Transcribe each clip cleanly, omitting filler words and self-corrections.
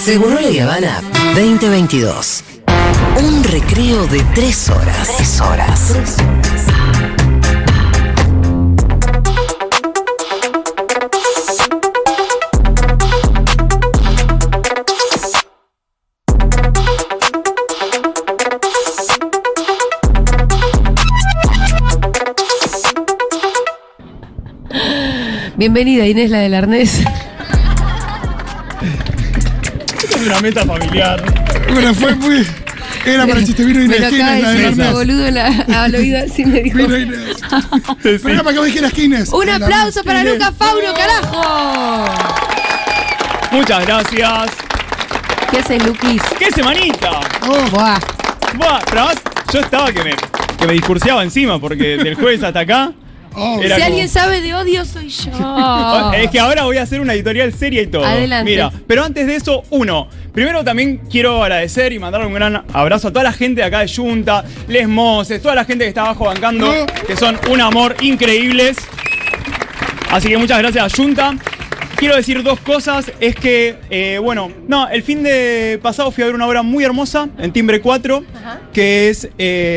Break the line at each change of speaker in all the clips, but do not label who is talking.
Seguro La Habana 2022. Un recreo de 3 horas. 3 horas.
Bienvenida Inés, la del arnés.
Es una meta familiar.
Bueno, fue muy... Era para el chiste, vino Inés.
Me lo acaba de decir ese boludo al oído, así me dijo.
Vino Inés. Pero era para que vos dijeras que Inés.
Un aplauso para Lucas Fauno, carajo.
Muchas gracias.
¿Qué haces, Luquis?
¡Qué semanita!
Buah.
Buah, pero además yo estaba que me discurseaba encima, porque del jueves hasta acá.
Si alguien sabe de odio, soy yo.
Es que ahora voy a hacer una editorial seria y todo.
Adelante.
Mira, pero antes de eso, primero también quiero agradecer y mandarle un gran abrazo a toda la gente de acá de Junta, Les Moses, toda la gente que está abajo bancando, que son un amor increíbles. Así que muchas gracias a Junta. Quiero decir 2 cosas, es que, el fin de pasado fui a ver una obra muy hermosa en Timbre 4, que es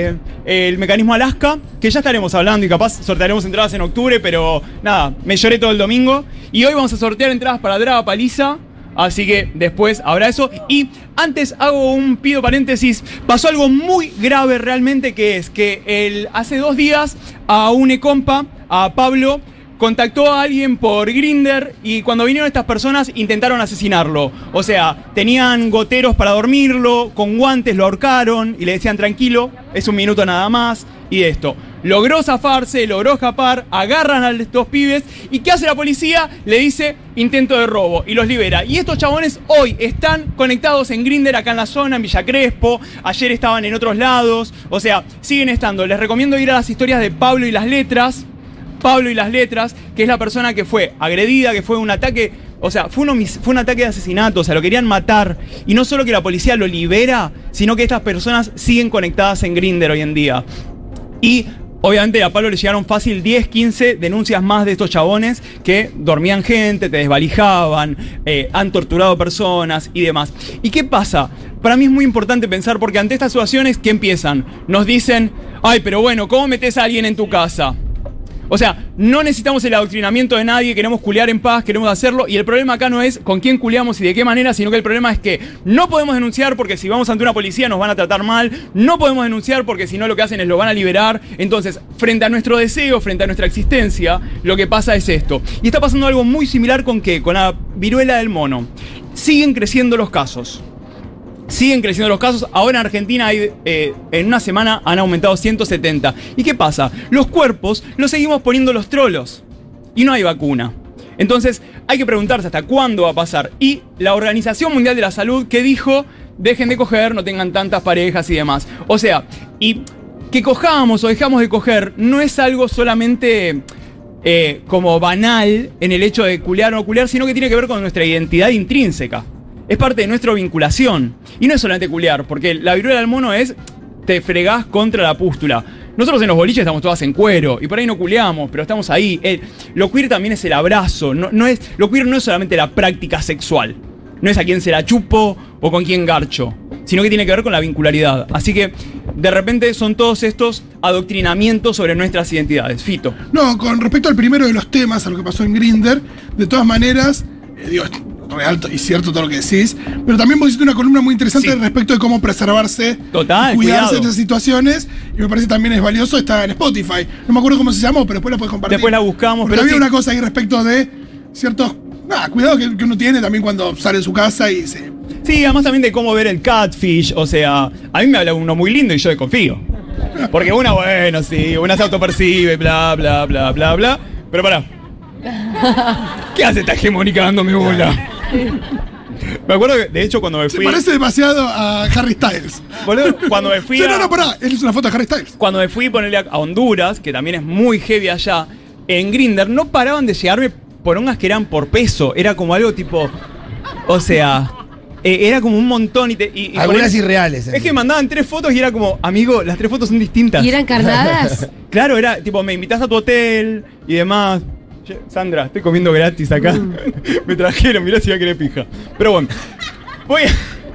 El Mecanismo Alaska, que ya estaremos hablando y capaz sortearemos entradas en octubre, pero nada, me lloré todo el domingo. Y hoy vamos a sortear entradas para Draga Paliza, así que después habrá eso. Y antes pido paréntesis, pasó algo muy grave realmente, que es que hace 2 días a un compa, a Pablo, contactó a alguien por Grindr y cuando vinieron estas personas intentaron asesinarlo. O sea, tenían goteros para dormirlo, con guantes lo ahorcaron y le decían tranquilo, es 1 minuto nada más y esto. Logró zafarse, logró escapar, agarran a estos pibes y ¿qué hace la policía? Le dice intento de robo y los libera. Y estos chabones hoy están conectados en Grindr acá en la zona, en Villa Crespo, ayer estaban en otros lados, o sea, siguen estando. Les recomiendo ir a las historias de Pablo y las Letras, que es la persona que fue agredida, que fue un ataque, o sea, fue un ataque de asesinato, o sea, lo querían matar. Y no solo que la policía lo libera, sino que estas personas siguen conectadas en Grindr hoy en día. Y obviamente a Pablo le llegaron fácil 10, 15 denuncias más de estos chabones que dormían gente, te desvalijaban, han torturado personas y demás. ¿Y qué pasa? Para mí es muy importante pensar, porque ante estas situaciones, ¿qué empiezan? Nos dicen, ay, pero bueno, ¿cómo metes a alguien en tu casa? O sea, no necesitamos el adoctrinamiento de nadie, queremos culiar en paz, queremos hacerlo, y el problema acá no es con quién culiamos y de qué manera, sino que el problema es que no podemos denunciar porque si vamos ante una policía nos van a tratar mal, no podemos denunciar porque si no lo que hacen es lo van a liberar. Entonces, frente a nuestro deseo, frente a nuestra existencia, lo que pasa es esto. Y está pasando algo muy similar con ¿qué? Con la viruela del mono. Siguen creciendo los casos. Ahora en Argentina en una semana han aumentado 170. ¿Y qué pasa? Los cuerpos los seguimos poniendo los trolos. Y no hay vacuna. Entonces hay que preguntarse hasta cuándo va a pasar. Y la Organización Mundial de la Salud, que dijo, dejen de coger, no tengan tantas parejas y demás. O sea, y que cojamos o dejamos de coger no es algo solamente como banal en el hecho de culiar o no culiar, sino que tiene que ver con nuestra identidad intrínseca. Es parte de nuestra vinculación. Y no es solamente culiar, porque la viruela del mono es te fregás contra la pústula. Nosotros en los boliches estamos todas en cuero y por ahí no culeamos, pero estamos ahí. Lo queer también es el abrazo. Lo queer no es solamente la práctica sexual. No es a quién se la chupo o con quién garcho, sino que tiene que ver con la vincularidad. Así que de repente son todos estos adoctrinamientos sobre nuestras identidades. Fito.
No, con respecto al primero de los temas, a lo que pasó en Grindr, de todas maneras, real y cierto todo lo que decís, pero también vos hiciste una columna muy interesante respecto de cómo preservarse,
total,
y cuidarse de
cuidado.
esas situaciones, y me parece también es valioso, está en Spotify. No me acuerdo cómo se llamó, pero después la puedes compartir.
Después la buscamos.
Pero había una cosa ahí respecto de ciertos cuidado que uno tiene también cuando sale de su casa y se...
Sí, además también de cómo ver el catfish, o sea, a mí me habla uno muy lindo y yo desconfío. Porque una se autopercibe, bla, bla, bla, bla, bla, pero pará. ¿Qué hace esta hegemónica dándome bola? Me acuerdo que, de hecho, cuando me fui...
Se parece demasiado a Harry Styles.
Boludo, cuando me fui
No, pará, él es una foto de Harry Styles.
Cuando me fui a ponerle a Honduras, que también es muy heavy allá, en Grindr no paraban de llegarme porongas que eran por peso. Era como algo tipo... O sea... era como un montón y
algunas irreales.
Es que mandaban 3 fotos y era como, amigo, las 3 fotos son distintas.
¿Y eran carnadas?
Claro, era tipo, me invitas a tu hotel y demás. Sandra, estoy comiendo gratis acá. Me trajeron, mirá si va a querer pija. Pero bueno. voy a...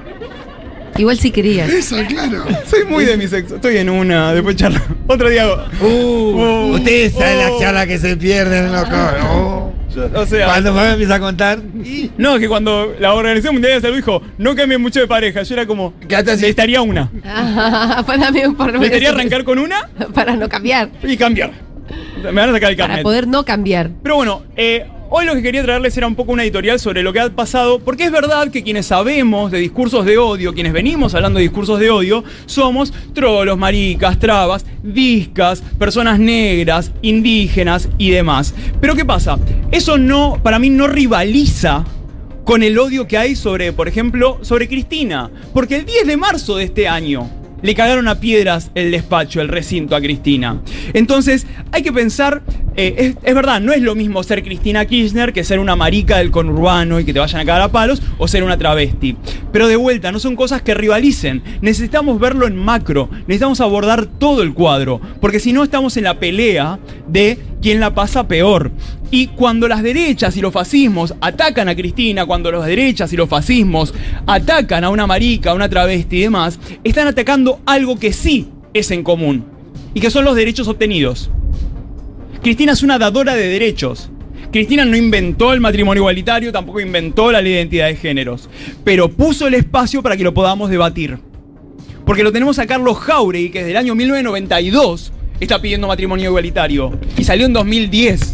Igual sí quería.
Eso, claro.
Soy muy de mi sexo. Estoy en una, después charlo. Otro día hago...
Ustedes saben la charla que se pierden, loco.
O sea...
Cuando me empieza a contar...
No, que cuando la Organización Mundial de Salud dijo, no cambien mucho de pareja, yo era como...
Quédate así.
Necesitaría una.
Para mí,
Necesitaría arrancar con una
para no cambiar.
y cambiar. Me van a sacar el carnet.
Para poder no cambiar.
Pero bueno, hoy lo que quería traerles era un poco una editorial sobre lo que ha pasado, porque es verdad que quienes sabemos de discursos de odio, quienes venimos hablando de discursos de odio, somos trolos, maricas, trabas, discas, personas negras, indígenas y demás. Pero ¿qué pasa? Eso no, para mí no rivaliza con el odio que hay sobre, por ejemplo, sobre Cristina. Porque el 10 de marzo de este año le cagaron a piedras el despacho, el recinto a Cristina. Entonces, hay que pensar, es verdad, no es lo mismo ser Cristina Kirchner que ser una marica del conurbano y que te vayan a cagar a palos, o ser una travesti. Pero de vuelta, no son cosas que rivalicen. Necesitamos verlo en macro, necesitamos abordar todo el cuadro, porque si no estamos en la pelea de quién la pasa peor. Y cuando las derechas y los fascismos atacan a Cristina, cuando las derechas y los fascismos atacan a una marica, a una travesti y demás, están atacando algo que sí es en común, y que son los derechos obtenidos. Cristina es una dadora de derechos. Cristina no inventó el matrimonio igualitario, tampoco inventó la ley de identidad de géneros, pero puso el espacio para que lo podamos debatir. Porque lo tenemos a Carlos Jáuregui, que desde el año 1992 está pidiendo matrimonio igualitario, y salió en 2010.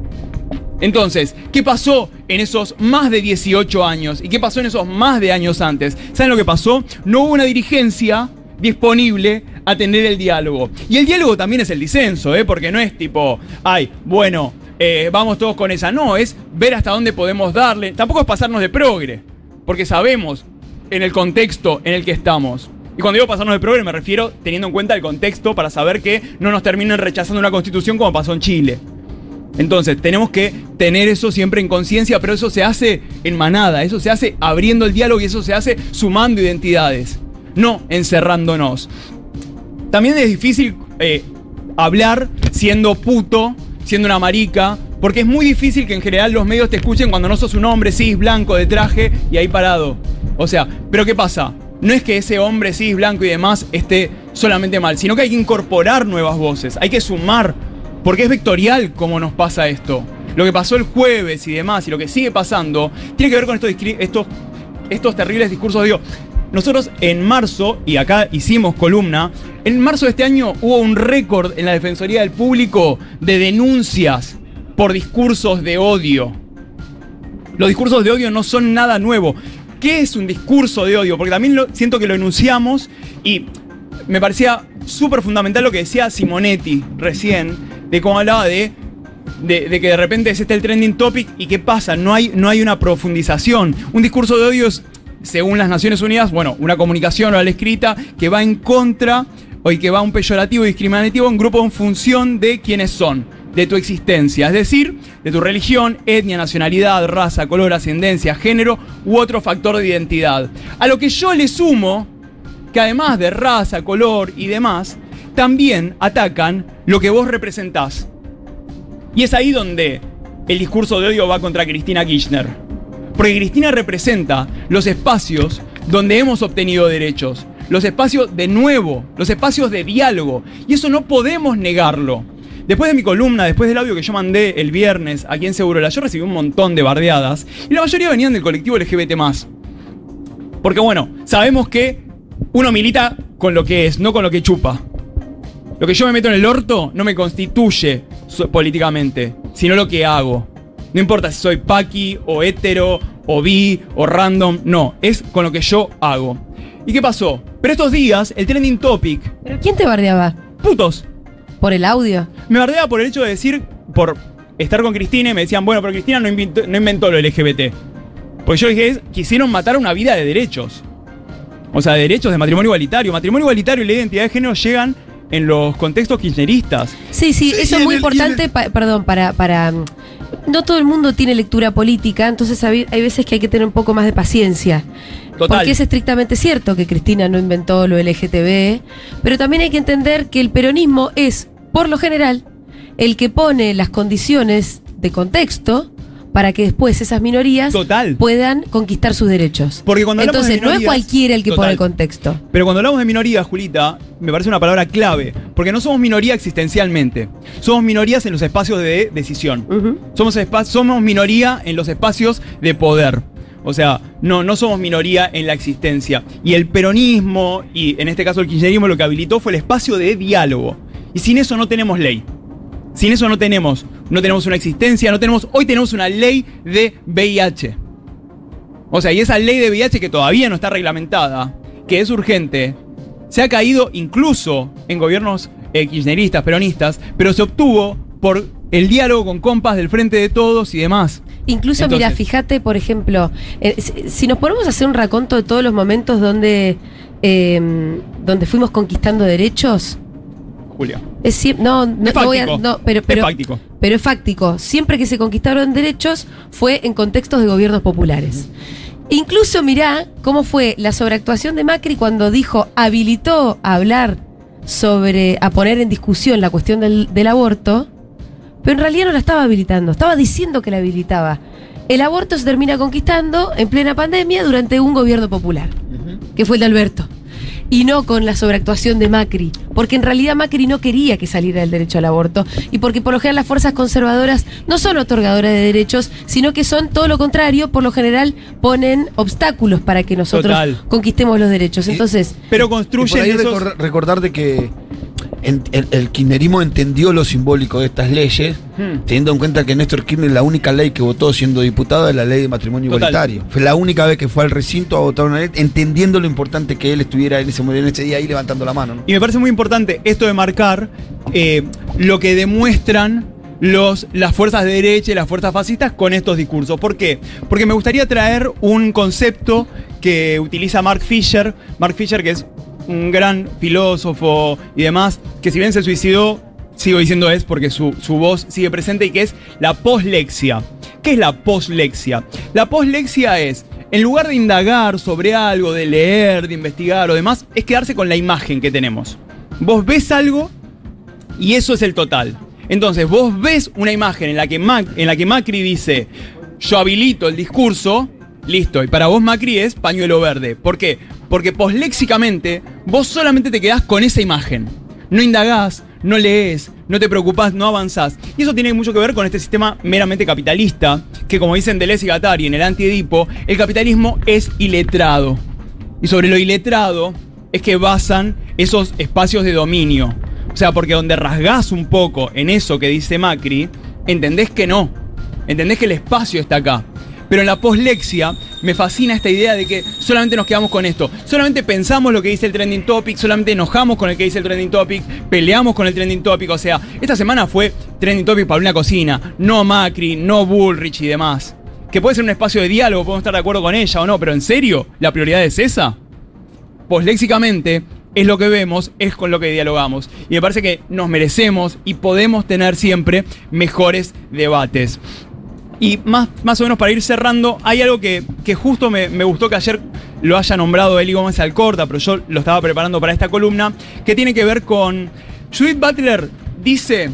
Entonces, ¿qué pasó en esos más de 18 años? ¿Y qué pasó en esos más de años antes? ¿Saben lo que pasó? No hubo una dirigencia disponible a tener el diálogo. Y el diálogo también es el disenso, porque no es tipo, ay, bueno, vamos todos con esa. No, es ver hasta dónde podemos darle. Tampoco es pasarnos de progre, porque sabemos en el contexto en el que estamos. Y cuando digo pasarnos de progre me refiero teniendo en cuenta el contexto para saber que no nos terminen rechazando una constitución como pasó en Chile. Entonces, tenemos que tener eso siempre en conciencia, pero eso se hace en manada, eso se hace abriendo el diálogo y eso se hace sumando identidades, no encerrándonos. También es difícil hablar siendo puto, siendo una marica, porque es muy difícil que en general los medios te escuchen cuando no sos un hombre cis, blanco, de traje y ahí parado. O sea, ¿pero qué pasa? No es que ese hombre cis, blanco y demás esté solamente mal, sino que hay que incorporar nuevas voces, hay que sumar. Porque es vectorial como nos pasa esto. Lo que pasó el jueves y demás, y lo que sigue pasando, tiene que ver con estos terribles discursos de odio. Nosotros en marzo, y acá hicimos columna, en marzo de este año hubo un récord en la Defensoría del Público de denuncias por discursos de odio. Los discursos de odio no son nada nuevo. ¿Qué es un discurso de odio? Porque también siento que lo enunciamos y me parecía súper fundamental lo que decía Simonetti recién, de cómo hablaba de que de repente es el trending topic y qué pasa, no hay una profundización. Un discurso de odio es, según las Naciones Unidas, bueno, una comunicación oral escrita que va en contra o que va a un peyorativo y discriminativo a un grupo en función de quiénes son, de tu existencia, es decir, de tu religión, etnia, nacionalidad, raza, color, ascendencia, género u otro factor de identidad. A lo que yo le sumo que además de raza, color y demás, también atacan lo que vos representás. Y es ahí donde el discurso de odio va contra Cristina Kirchner. Porque Cristina representa los espacios donde hemos obtenido derechos, los espacios de nuevo, los espacios de diálogo. Y eso no podemos negarlo. Después de mi columna, después del audio que yo mandé el viernes aquí en Segurola, yo recibí un montón de bardeadas y la mayoría venían del colectivo LGBT+. Porque bueno, sabemos que uno milita con lo que es, no con lo que chupa. Lo que yo me meto en el orto no me constituye políticamente, sino lo que hago. No importa si soy paqui, o hetero, o bi, o random, no, es con lo que yo hago. ¿Y qué pasó? Pero estos días, el trending topic...
¿Pero quién te bardeaba?
Putos.
¿Por el audio?
Me bardeaba por el hecho de decir, por estar con Cristina, y me decían, bueno, pero Cristina no inventó lo LGBT. Porque yo dije, quisieron matar una vida de derechos. O sea, de derechos de matrimonio igualitario. Matrimonio igualitario y la identidad de género llegan en los contextos kirchneristas.
Sí, eso es muy importante, para... No todo el mundo tiene lectura política, entonces hay veces que hay que tener un poco más de paciencia. Total. Porque es estrictamente cierto que Cristina no inventó lo LGTB, pero también hay que entender que el peronismo es, por lo general, el que pone las condiciones de contexto para que después esas minorías puedan conquistar sus derechos.
Porque cuando
entonces
de minorías,
no es cualquiera el que pone el contexto.
Pero cuando hablamos de minoría, Julita, me parece una palabra clave, porque no somos minoría existencialmente, somos minorías en los espacios de decisión. Somos minoría en los espacios de poder. O sea, no somos minoría en la existencia. Y el peronismo, y en este caso el kirchnerismo, lo que habilitó fue el espacio de diálogo. Y sin eso no tenemos ley. Sin eso no tenemos una existencia, hoy tenemos una ley de VIH. O sea, y esa ley de VIH que todavía no está reglamentada, que es urgente, se ha caído incluso en gobiernos kirchneristas, peronistas, pero se obtuvo por el diálogo con compas del Frente de Todos y demás.
Incluso, mira, fíjate, por ejemplo, si nos ponemos a hacer un raconto de todos los momentos donde fuimos conquistando derechos.
Julia.
Es fáctico. Pero es fáctico. Siempre que se conquistaron derechos fue en contextos de gobiernos populares. Incluso mirá cómo fue la sobreactuación de Macri cuando habilitó a hablar a poner en discusión la cuestión del aborto, pero en realidad no la estaba habilitando, estaba diciendo que la habilitaba. El aborto se termina conquistando en plena pandemia durante un gobierno popular, que fue el de Alberto. Y no con la sobreactuación de Macri, porque en realidad Macri no quería que saliera el derecho al aborto, y porque por lo general las fuerzas conservadoras no son otorgadoras de derechos, sino que son todo lo contrario, por lo general ponen obstáculos para que nosotros conquistemos los derechos. Entonces,
pero construyen
recordar de que el kirchnerismo entendió lo simbólico de estas leyes, teniendo en cuenta que Néstor Kirchner, la única ley que votó siendo diputado es la ley de matrimonio igualitario. Fue la única vez que fue al recinto a votar una ley, entendiendo lo importante que él estuviera en ese día ahí levantando la mano, ¿no?
Y me parece muy importante esto de marcar lo que demuestran las fuerzas de derecha y las fuerzas fascistas con estos discursos. ¿Por qué? Porque me gustaría traer un concepto que utiliza Mark Fisher, que es un gran filósofo y demás, que si bien se suicidó, sigo diciendo porque su voz sigue presente, y que es la poslexia. ¿Qué es la poslexia? La poslexia es, en lugar de indagar sobre algo, de leer, de investigar o demás, es quedarse con la imagen que tenemos. Vos ves algo y eso es el total. Entonces vos ves una imagen en la que Macri dice, yo habilito el discurso, listo, y para vos Macri es pañuelo verde. ¿Por qué? Porque posléxicamente vos solamente te quedás con esa imagen. No indagás, no lees, no te preocupás, no avanzás. Y eso tiene mucho que ver con este sistema meramente capitalista, que como dicen Deleuze y Guattari en el Anti-Edipo, el capitalismo es iletrado. Y sobre lo iletrado es que basan esos espacios de dominio. O sea, porque donde rasgás un poco en eso que dice Macri, entendés que no. Entendés que el espacio está acá. Pero en la poslexia me fascina esta idea de que solamente nos quedamos con esto. Solamente pensamos lo que dice el trending topic, solamente enojamos con el que dice el trending topic, peleamos con el trending topic. O sea, esta semana fue trending topic para una cocina, no Macri, no Bullrich y demás. Que puede ser un espacio de diálogo, podemos estar de acuerdo con ella o no, pero ¿en serio? ¿La prioridad es esa? Posléxicamente es lo que vemos, es con lo que dialogamos. Y me parece que nos merecemos y podemos tener siempre mejores debates. Y más o menos para ir cerrando, hay algo que justo me gustó que ayer lo haya nombrado Eli Gómez Alcorta, pero yo lo estaba preparando para esta columna, que tiene que ver con... Judith Butler dice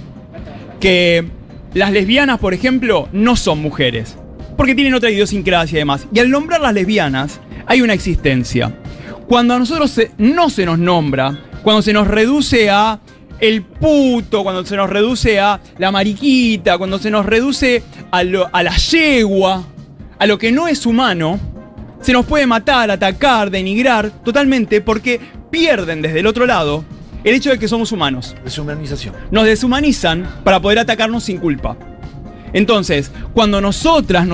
que las lesbianas, por ejemplo, no son mujeres, porque tienen otra idiosincrasia y demás. Y al nombrar las lesbianas, hay una existencia. Cuando a nosotros no se nos nombra, cuando se nos reduce a el puto, cuando se nos reduce a la mariquita, cuando se nos reduce a la yegua, a lo que no es humano, se nos puede matar, atacar, denigrar totalmente, porque pierden desde el otro lado el hecho de que somos humanos.
Deshumanización.
Nos deshumanizan para poder atacarnos sin culpa. Entonces, cuando nosotros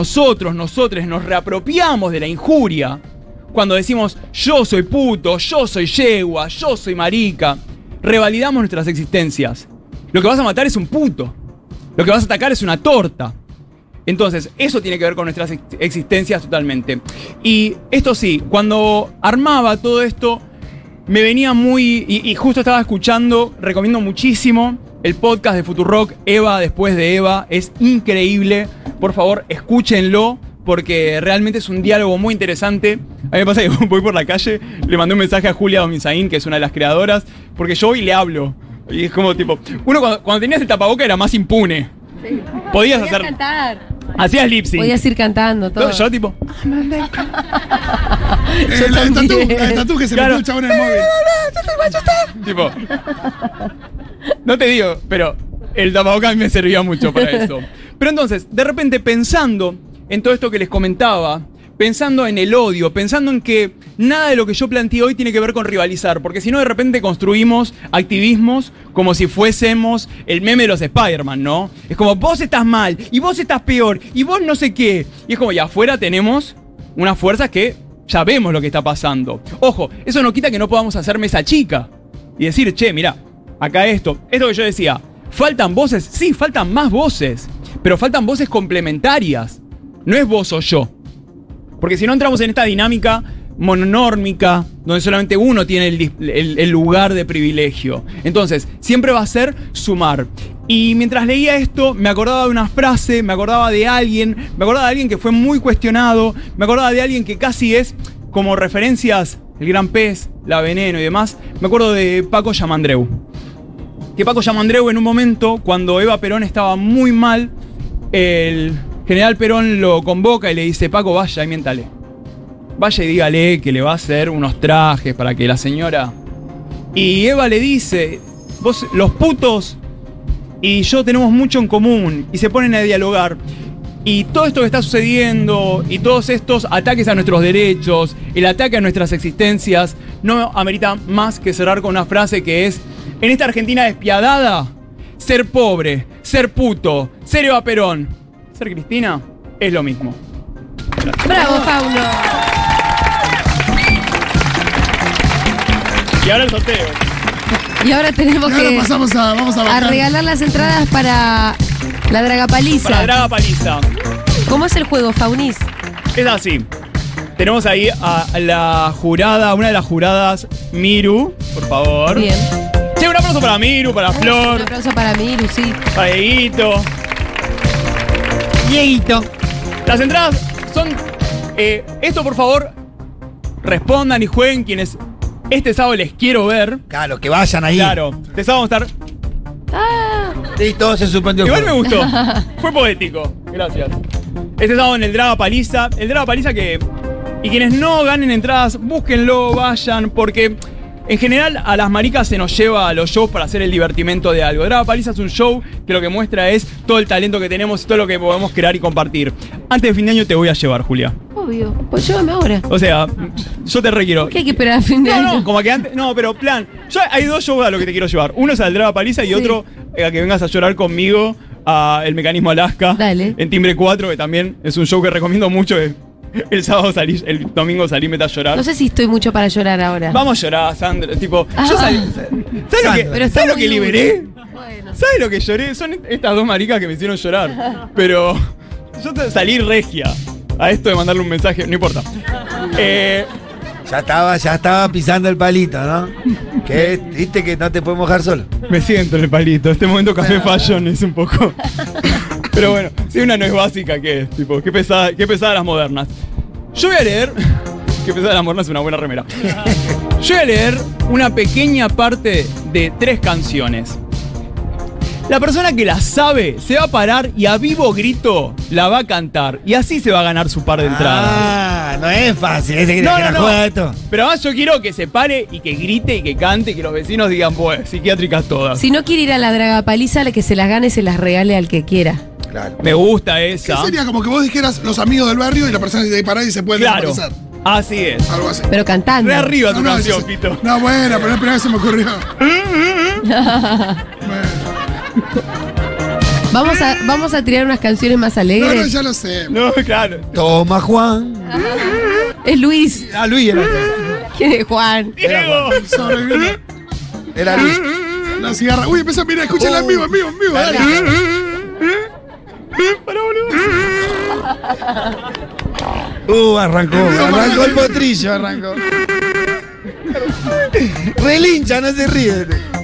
nos reapropiamos de la injuria, cuando decimos yo soy puto, yo soy yegua, yo soy marica, revalidamos nuestras existencias. Lo que vas a matar es un puto. Lo que vas a atacar es una torta. Entonces, eso tiene que ver con nuestras existencias totalmente. Y esto sí, cuando armaba todo esto, me venía muy... Y justo estaba escuchando, recomiendo muchísimo el podcast de Futurock, Eva después de Eva. Es increíble. Por favor, escúchenlo, porque realmente es un diálogo muy interesante. A mí me pasa que voy por la calle, le mandé un mensaje a Julia Dominzaín, que es una de las creadoras, porque yo voy y le hablo. Y es como tipo... Uno cuando tenías el tapaboca era más impune.
Sí.
Podías hacer...
cantar.
Hacías lip sync.
Podías ir cantando todo.
Yo tipo...
La de Tatú que se metió el chabón en el móvil.
Tipo... No te digo, pero el tapabocas me servía mucho para eso. Pero entonces, de repente pensando en todo esto que les comentaba, pensando en el odio, pensando en que nada de lo que yo planteé hoy tiene que ver con rivalizar, porque si no de repente construimos activismos como si fuésemos el meme de los Spider-Man, ¿no? Es como vos estás mal, y vos estás peor, y vos no sé qué. Y es como, y afuera tenemos unas fuerzas que ya vemos lo que está pasando. Ojo, eso no quita que no podamos hacer mesa chica y decir, che, mirá, acá esto que yo decía, ¿faltan voces? Sí, faltan más voces, pero faltan voces complementarias. No es vos o yo. Porque si no entramos en esta dinámica mononórmica, donde solamente uno tiene el lugar de privilegio. Entonces, siempre va a ser sumar. Y mientras leía esto, me acordaba de una frase, me acordaba de alguien que fue muy cuestionado, me acordaba de alguien que casi es como referencias, el gran pez, la veneno y demás. Me acuerdo de Paco Yamandreu. Que Paco Yamandreu en un momento, cuando Eva Perón estaba muy mal, el general Perón lo convoca y le dice, Paco, vaya y miéntale. Vaya y dígale que le va a hacer unos trajes para que la señora... Y Eva le dice, vos, los putos y yo tenemos mucho en común. Y se ponen a dialogar. Y todo esto que está sucediendo y todos estos ataques a nuestros derechos, el ataque a nuestras existencias, no amerita más que cerrar con una frase que es, en esta Argentina despiadada, ser pobre, ser puto, ser Eva Perón, ser Cristina, es lo mismo. Gracias.
¡Bravo, Paulo!
Y ahora el sorteo.
Y ahora tenemos que
vamos a
regalar las entradas para la Dragapaliza.
Para la Dragapaliza.
¿Cómo es el juego, Faunis?
Es así. Tenemos ahí a la jurada, una de las juradas, Miru, por favor.
Bien.
Sí, un aplauso para Miru, para Flor.
Un aplauso para Miru, sí.
Para Dieguito. Dieguito. Las entradas son... esto, por favor, respondan y jueguen quienes este sábado les quiero ver.
Claro, que vayan ahí.
Claro. Este sábado vamos a estar...
Sí, todo se suspendió.
Igual me gustó. Fue poético. Gracias. Este sábado en el Dragapaliza. El Dragapaliza que... Y quienes no ganen entradas, búsquenlo, vayan, porque... En general, a las maricas se nos lleva a los shows para hacer el divertimento de algo. Dragapaliza es un show que lo que muestra es todo el talento que tenemos y todo lo que podemos crear y compartir. Antes de fin de año te voy a llevar, Julia.
Obvio. Pues llévame ahora.
O sea, yo te requiero.
¿Qué hay que esperar a fin de año?
No, como que antes. No, pero plan. Hay dos shows a los que te quiero llevar. Uno es al Dragapaliza y otro a que vengas a llorar conmigo a El Mecanismo Alaska.
Dale.
En Timbre 4, que también es un show que recomiendo mucho. El sábado salí, el domingo salí meta a llorar.
No sé si estoy mucho para llorar ahora.
Vamos a llorar, Sandra. Tipo, yo salí. ¿Sabes lo que liberé?
Bueno.
¿Sabes lo que lloré? Son estas dos maricas que me hicieron llorar. Pero yo salí regia a esto de mandarle un mensaje. No importa.
Ya estaba pisando el palito, ¿no? Que viste que no te puedes mojar solo.
Me siento en el palito. Este momento Café Fashion es un poco... Pero bueno, si una no es básica, ¿qué es? Tipo, qué pesada las modernas. Yo voy a leer... Qué pesada las modernas es una buena remera. Yo voy a leer una pequeña parte de 3 canciones. La persona que la sabe se va a parar y a vivo grito la va a cantar. Y así se va a ganar su par de entradas.
Ah, no es fácil. Ese que
no.
juega esto.
Pero además yo quiero que se pare y que grite y que cante y que los vecinos digan, pues, psiquiátricas todas.
Si no quiere ir a la Dragapaliza, la que se las gane se las regale al que quiera.
Claro.
Me gusta esa.
¿Qué sería? Como que vos dijeras los amigos del barrio y la persona se para y se puede
desparizar. Así es.
Algo así.
Pero cantando.
Re arriba tu canción, Pito.
No, bueno, pero la primera vez se me ocurrió.
Vamos a tirar unas canciones más alegres.
No, ya lo sé.
No, claro.
Toma, Juan.
Es Luis.
Ah, Luis era.
¿Quién es Juan?
Diego.
Era Luis.
La cigarra. Uy, empieza a mirar, escúchala en vivo, dale.
Pará,
boludo. Arrancó el potrillo, arrancó. Relincha, no se ríe.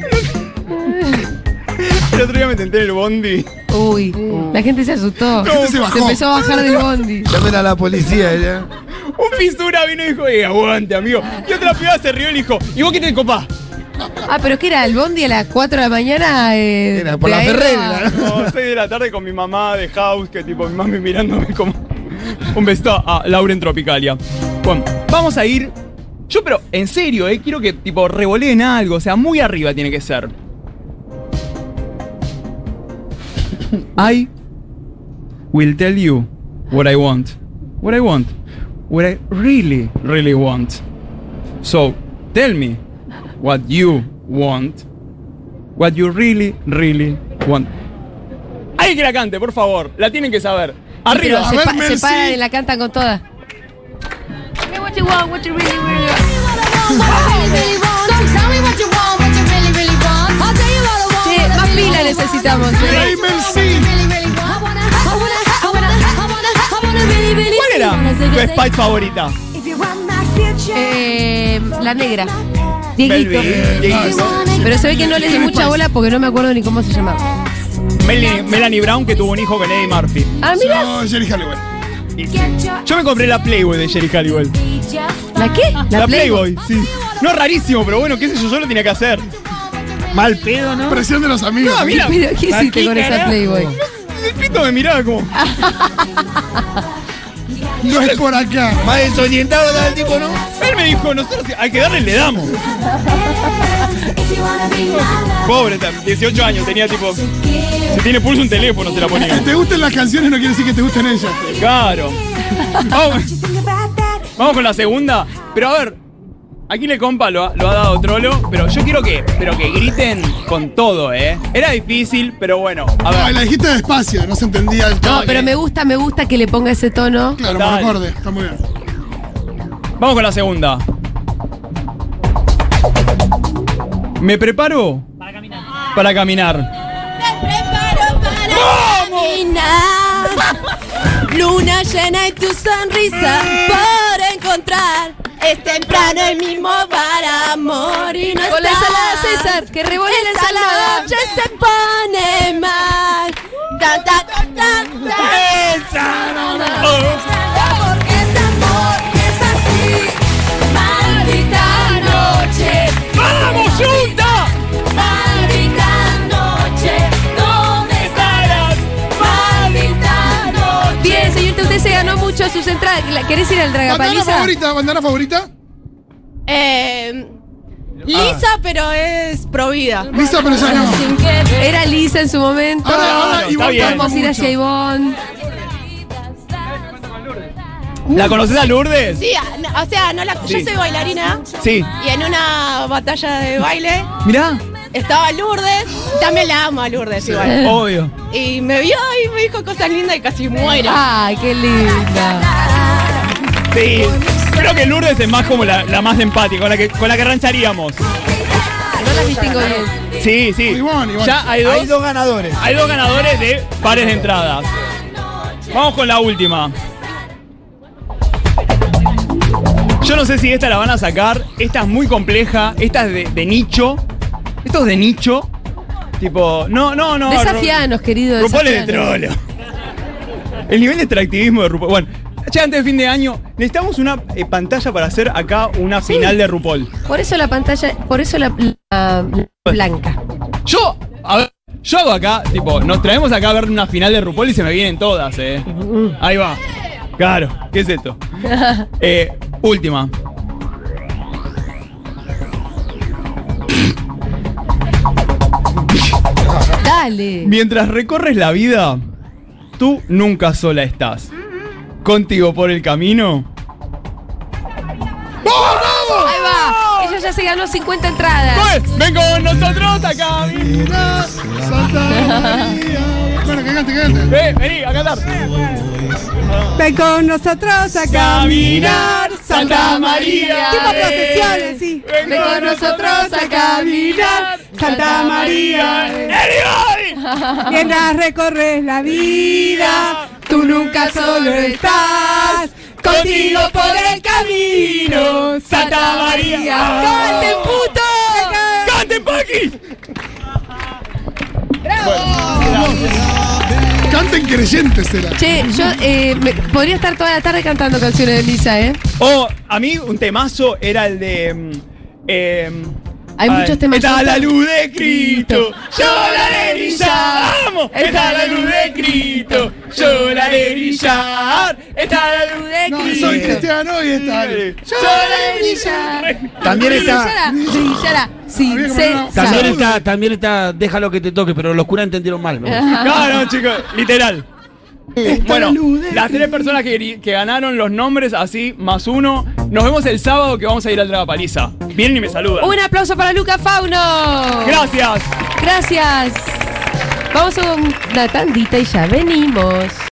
El otro día me tenté en el bondi.
Uy, la gente se asustó.
Se bajó.
Se empezó a bajar del bondi.
Llamen a la policía ya.
Un fisura vino y dijo, aguante, amigo. Y otra piba se rió y le dijo, ¿y vos qué te copás?
Ah, pero ¿qué era? ¿El bondi a las 4 de la mañana?
Era por la Ferrera.
No, 6 de la tarde con mi mamá de House, que tipo, mi mami mirándome como un besito a Laura en Tropicalia. Bueno, vamos a ir. Yo, pero en serio, quiero que tipo revoleen algo, o sea, muy arriba tiene que ser. I will tell you what I want. What I want. What I really, really want. So, tell me what you want. What you really, really want. Alguien que la cante, por favor. La tienen que saber. Arriba.
Pero se paran y la cantan con todas. What you want, what you really, really want. Che, más pila necesitamos.
¿Cuál era tu Spice favorita?
La negra. Dieguito. Pero se ve que no le di mucha bola porque no me acuerdo ni cómo se llamaba.
Melanie Brown, que tuvo un hijo con Eddie Murphy.
Ah, mira.
No, Jerry Halliwell.
Yo me compré la Playboy de Jerry Halliwell.
¿La qué?
La Playboy, sí. No, rarísimo, pero bueno, qué sé yo lo tenía que hacer.
Mal pedo, ¿no?
Presión de los amigos.
No, mira.
¿Pero qué hiciste con esa Playboy?
El pito me miraba como.
No es por acá.
Más desorientado estaba el tipo, ¿no?
Él me dijo, nosotros hay que darle, le damos. Pobre, 18 años, tenía tipo. Si tiene pulso un teléfono, se la ponía.
Que te gusten las canciones no quiere decir que te gusten ellas.
Claro. Vamos con la segunda. Pero a ver, aquí le compa lo ha dado Trollo, pero yo quiero que griten con todo, Era difícil, pero bueno. A ver.
No, la dijiste despacio, no se entendía el tono.
No, pero me gusta que le ponga ese tono.
Claro, por acorde, está muy bien.
Vamos con la segunda. Me preparo para caminar.
Me preparo para caminar. Luna llena y tu sonrisa por encontrar. Es temprano el mismo para morir. No
Con la ensalada César, que revolea la ensalada.
La noche se pone mal. Tan, tan, tan, tan, tan. Porque es amor, es así. Maldita noche.
¡Vamos, Junta!
Maldita noche. ¿Dónde estarás? Maldita noche.
Bien, señor, usted se ganó mucho sus entradas. ¿Querés ir al Dragapaliza?
¿Bandana favorita?
Lisa, pero es provida.
Lisa, pero ya no.
Era Lisa en su momento.
Ahora
está bien.
Vamos a ir hacia Ivonne.
¿La conoces a Lourdes?
Sí, o sea, no la, yo
Sí.
soy bailarina
Sí.
y en una batalla de baile
Mirá.
estaba Lourdes. También la amo a Lourdes igual.
Obvio.
Y me vio y me dijo cosas lindas y casi muero.
Ay, qué linda.
Sí. Creo que Lourdes es más como la más empática, con la que rancharíamos.
No las distingo bien.
Sí, sí.
Ivonne.
Ya hay dos
ganadores.
Hay dos ganadores de pares de entradas. Vamos con la última. Yo no sé si esta la van a sacar. Esta es muy compleja. Esta es de nicho. Esto es de nicho. Tipo, no.
Desafianos, querido.
RuPaul es de
desafianos.
trolo. El nivel de extractivismo de RuPaul. Bueno, che, antes de fin de año, necesitamos una pantalla para hacer acá una final de RuPaul.
Por eso la pantalla, por eso la blanca.
Yo hago acá, tipo, nos traemos acá a ver una final de RuPaul y se me vienen todas, Ahí va. Claro, ¿qué es esto? Última.
Dale.
Mientras recorres la vida, tú nunca sola estás. Contigo por el camino.
Ahí va. Ella ya se ganó 50 entradas.
Pues, ven con nosotros a caminar.
Santa María. Bueno, que cante.
Vení, a cantar.
Ven con nosotros a
Caminar, Santa María.
Tipo procesiones, sí.
Ven con nosotros a caminar,
Santa María.
Everybody.
Mientras recorres la vida, tú nunca solo estás.
Contigo por el camino, Santa María.
¡Cante, puto!
¡Cante, Paqui!
Canten creyentes, será.
Che, yo podría estar toda la tarde cantando canciones de Lisa,
A mí un temazo era el de
Hay muchos temas.
Está la luz de Cristo, yo la haré brillar. ¡Vamos! Está la luz de Cristo, yo la haré brillar. Está la luz de
No,
Cristo.
soy cristiano y está.
Yo la haré brillar.
También está.
Brillará, sin
Había que poner una-
cesar.
También está, déjalo que te toque, pero los curas entendieron mal. ¿No?
No, chicos, literal.
Está
Bueno,
la luz de
las 3 personas que ganaron los nombres así, +1. Nos vemos el sábado que vamos a ir al Dragapaliza. Vienen y me saludan.
Un aplauso para Luca Fauno.
Gracias.
Gracias. Vamos a una tandita y ya venimos.